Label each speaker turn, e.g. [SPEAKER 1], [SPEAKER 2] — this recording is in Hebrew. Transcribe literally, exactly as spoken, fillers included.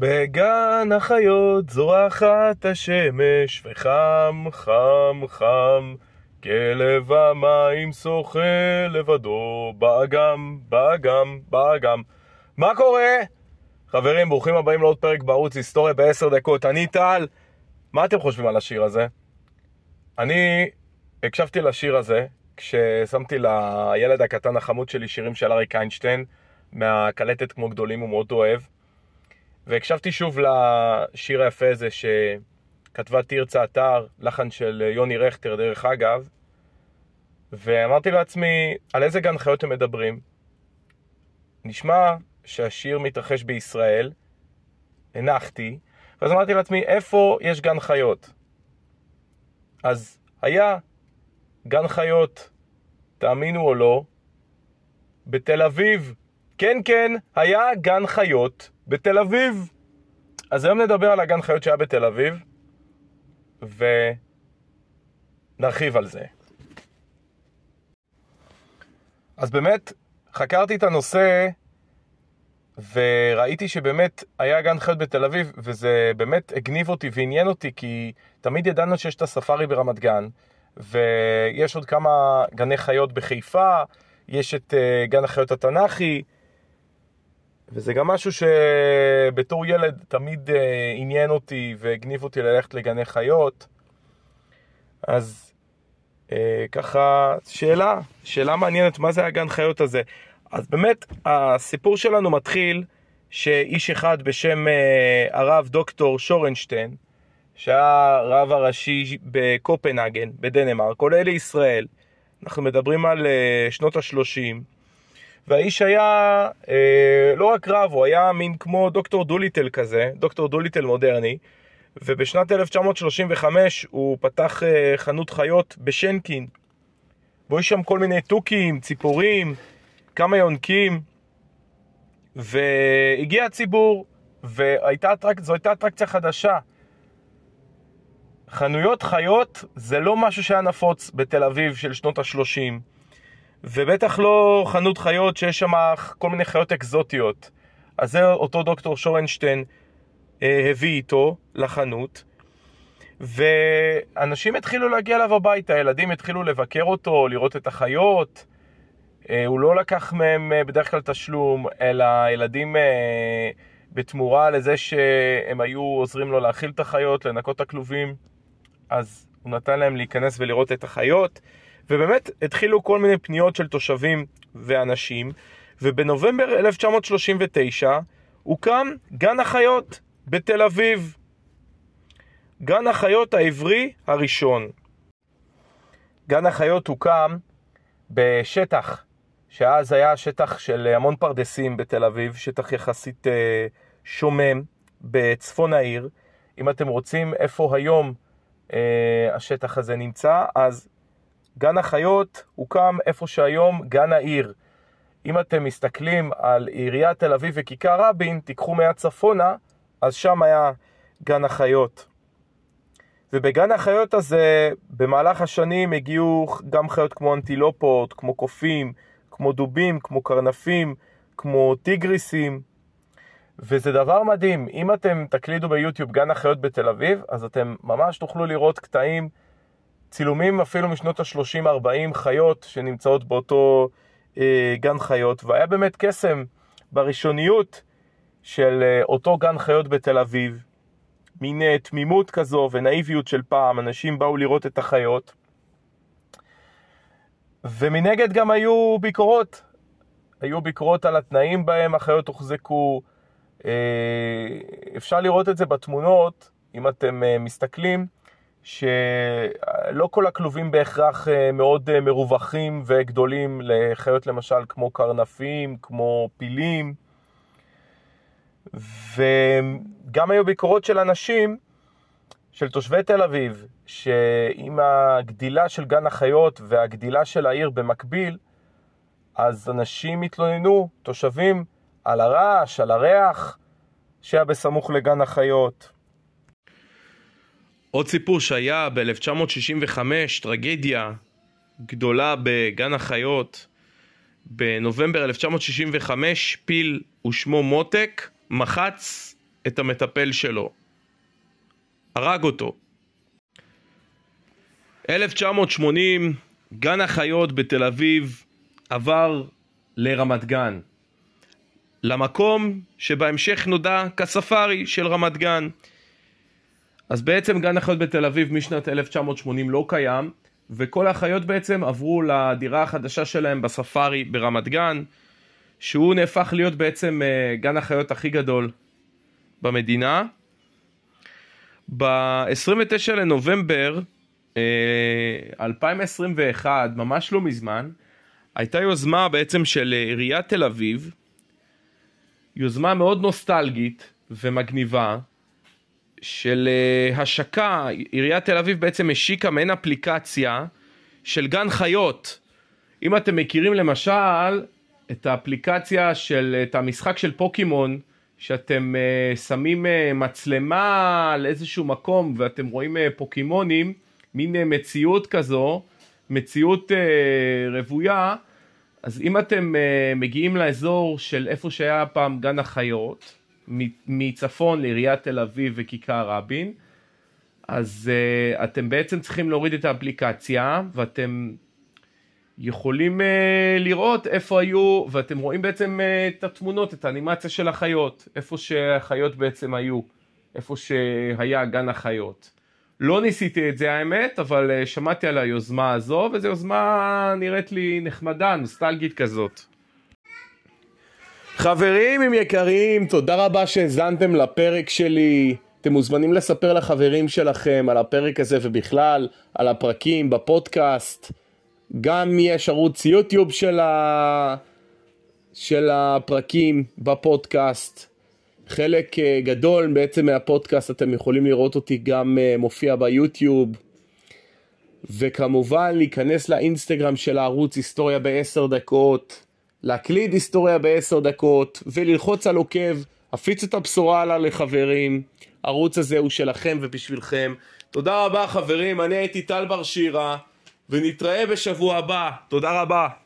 [SPEAKER 1] בגן החיות זורחת השמש וחם חם חם, כלב המים שוחה לבדו באגם באגם באגם. מה קורה? חברים, ברוכים הבאים לעוד פרק בערוץ היסטוריה בעשר דקות. אני טל. מה אתם חושבים על השיר הזה? אני הקשבתי לשיר הזה כששמתי לילד הקטן החמוד שלי שירים של אריק איינשטיין מהקלטת כמו גדולים, הוא מאוד אוהב, והקשבתי שוב לשיר היפה הזה שכתבה תרצה אתר, לחן של יוני רכטר דרך אגב, ואמרתי לעצמי, על איזה גן חיות הם מדברים? נשמע שהשיר מתרחש בישראל, הנחתי, ואז אמרתי לעצמי, איפה יש גן חיות? אז היה גן חיות, תאמינו או לא, בתל אביב. כן, כן, היה גן חיות בתל אביב. אז היום נדבר על הגן חיות שהיה בתל אביב, ונרחיב על זה. אז באמת, חקרתי את הנושא, וראיתי שבאמת היה גן חיות בתל אביב, וזה באמת הגניב אותי ועניין אותי, כי תמיד ידענו שיש את הספארי ברמת גן, ויש עוד כמה גני חיות בחיפה, יש את uh, גן החיות התנ"כי, וזה גם משהו שבתור ילד תמיד uh, עניין אותי והגניב אותי ללכת לגני חיות. אז uh, ככה, שאלה, שאלה מעניינת, מה זה הגן חיות הזה? אז באמת, הסיפור שלנו מתחיל שאיש אחד בשם uh, הרב דוקטור שורנשטיין, שהיה רב הראשי בקופנהגן, בדנמרק, עולה לישראל. אנחנו מדברים על uh, שנות השלושים, והאיש היה uh, לא רק רב, הוא היה מין כמו דוקטור דוליטל כזה, דוקטור דוליטל מודרני, ובשנת אלף תשע מאות שלושים וחמש הוא פתח uh, חנות חיות בשנקין, בו יש שם כל מיני טוקים, ציפורים, כמה יונקים, והגיע הציבור, וזו הייתה אטרקציה חדשה. חנויות חיות זה לא משהו שהיה נפוץ בתל אביב של שנות השלושים, ובטח לא חנות חיות שיש שם כל מיני חיות אקזוטיות. אז זה אותו דוקטור שורנשטיין אה, הביא איתו לחנות, ואנשים התחילו להגיע אליו הביתה, ילדים התחילו לבקר אותו, לראות את החיות. אה, הוא לא לקח מהם אה, בדרך כלל תשלום, אלא ילדים אה, בתמורה לזה שהם היו עוזרים לו להאכיל את החיות, לנקות את הכלובים, אז הוא נתן להם להיכנס ולראות את החיות, ובאמת התחילו כל מיני פניות של תושבים ואנשים, ובנובמבר אלף תשע מאות שלושים ותשע הוקם גן החיות בתל אביב, גן החיות העברי הראשון. גן החיות הוקם בשטח שאז היה שטח של המון פרדסים בתל אביב, שטח יחסית שומם בצפון העיר. אם אתם רוצים איפה היום השטח הזה נמצא, אז גן החיות הוקם איפה שהיום גן העיר. אם אתם מסתכלים על עיריית תל אביב וכיכר רבין, תיקחו מעט צפונה, אז שם היה גן החיות. ובגן החיות הזה במהלך השנים הגיעו גם חיות כמו אנטילופות, כמו קופים, כמו דובים, כמו קרנפים, כמו טיגריסים, וזה דבר מדהים. אם אתם תקלידו ביוטיוב גן החיות בתל אביב, אז אתם ממש תוכלו לראות קטעים, צילומים אפילו משנות ה-שלושים ארבעים, חיות שנמצאות באותו אה, גן חיות, והיה באמת קסם בראשוניות של אה, אותו גן חיות בתל אביב, מין אה, תמימות כזו ונאיביות של פעם, אנשים באו לראות את החיות, ומנגד גם היו ביקורות, היו ביקורות על התנאים בהם החיות הוחזקו. אפשר לראות את זה בתמונות, אם אתם מסתכלים, שלא כל הכלובים בהכרח מאוד מרווחים וגדולים לחיות למשל כמו קרנפים, כמו פילים, וגם היו ביקורות של אנשים, של תושבי תל אביב, שעם הגדילה של גן החיות והגדילה של העיר במקביל, אז אנשים התלוננו, תושבים, על הרעש, על הריח שהיה בסמוך לגן החיות. עוד סיפור שהיה ב-אלף תשע מאות שישים וחמש, טרגדיה גדולה בגן החיות. בנובמבר אלף תשע מאות שישים וחמש פיל ושמו מותק מחץ את המטפל שלו. הרג אותו. אלף תשע מאות שמונים, גן החיות בתל אביב עבר לרמת גן. למקום שבהמשך נודע כספארי של רמת גן. אז בעצם גן החיות בתל אביב משנת אלף תשע מאות שמונים לא קיים, וכל החיות בעצם עברו לדירה החדשה שלהם בספארי ברמת גן, שהוא נהפך להיות בעצם גן החיות הכי גדול במדינה. ב-עשרים ותשעה לנובמבר אלפיים עשרים ואחת, ממש לא מזמן, הייתה יוזמה בעצם של עיריית תל אביב, יוזמה מאוד נוסטלגית ומגניבה, של השקה. עיריית תל אביב בעצם השיקה מעין אפליקציה של גן חיות. אם אתם מכירים למשל את האפליקציה של, את המשחק של פוקימון, שאתם uh, שמים uh, מצלמה על איזשהו מקום ואתם רואים uh, פוקימונים, מין uh, מציאות כזו, מציאות uh, רבויה. אז אם אתם uh, מגיעים לאזור של איפה שהיה פעם גן החיות, מצפון לעיריית תל אביב וכיכר רבין, אז uh, אתם בעצם צריכים להוריד את האפליקציה, ואתם יכולים uh, לראות איפה היו, ואתם רואים בעצם uh, את התמונות, את האנימציה של החיות, איפה שהחיות בעצם היו, איפה שהיה גן החיות. לא ניסיתי את זה האמת, אבל uh, שמעתי על היוזמה הזו, וזו יוזמה נראית לי נחמדה, נוסטלגית כזאת. חברים עם יקרים, תודה רבה שהזנתם לפרק שלי. אתם מוזמנים לספר לחברים שלכם על הפרק הזה ובכלל על הפרקים בפודקאסט. גם יש ערוץ יוטיוב של, ה... של הפרקים בפודקאסט. חלק גדול בעצם מהפודקאסט אתם יכולים לראות אותי גם מופיע ביוטיוב. וכמובן להיכנס לאינסטגרם של הערוץ היסטוריה בעשר דקות. להקליד היסטוריה בעשר דקות וללחוץ על עוקב, הפיץ את הבשורה עלה לחברים. הערוץ הזה הוא שלכם ובשבילכם. תודה רבה חברים, אני הייתי טל בר שירה ונתראה בשבוע הבא. תודה רבה.